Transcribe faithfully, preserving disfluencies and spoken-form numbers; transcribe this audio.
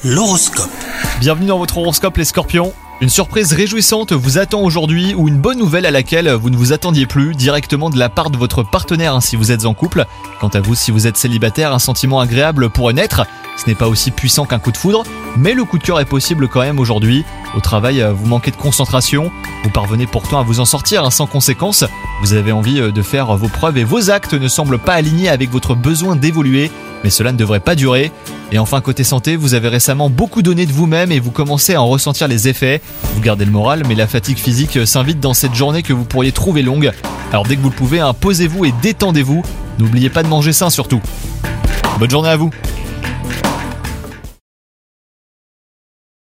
L'horoscope. Bienvenue dans votre horoscope les scorpions. Une surprise réjouissante vous attend aujourd'hui ou une bonne nouvelle à laquelle vous ne vous attendiez plus directement de la part de votre partenaire hein, si vous êtes en couple. Quant à vous, si vous êtes célibataire, un sentiment agréable pourrait naître. Ce n'est pas aussi puissant qu'un coup de foudre, mais le coup de cœur est possible quand même aujourd'hui. Au travail, vous manquez de concentration, vous parvenez pourtant à vous en sortir hein, sans conséquence. Vous avez envie de faire vos preuves et vos actes ne semblent pas alignés avec votre besoin d'évoluer. Mais cela ne devrait pas durer. Et enfin, côté santé, vous avez récemment beaucoup donné de vous-même et vous commencez à en ressentir les effets. Vous gardez le moral, mais la fatigue physique s'invite dans cette journée que vous pourriez trouver longue. Alors dès que vous le pouvez, hein, posez-vous et détendez-vous. N'oubliez pas de manger sain surtout. Bonne journée à vous.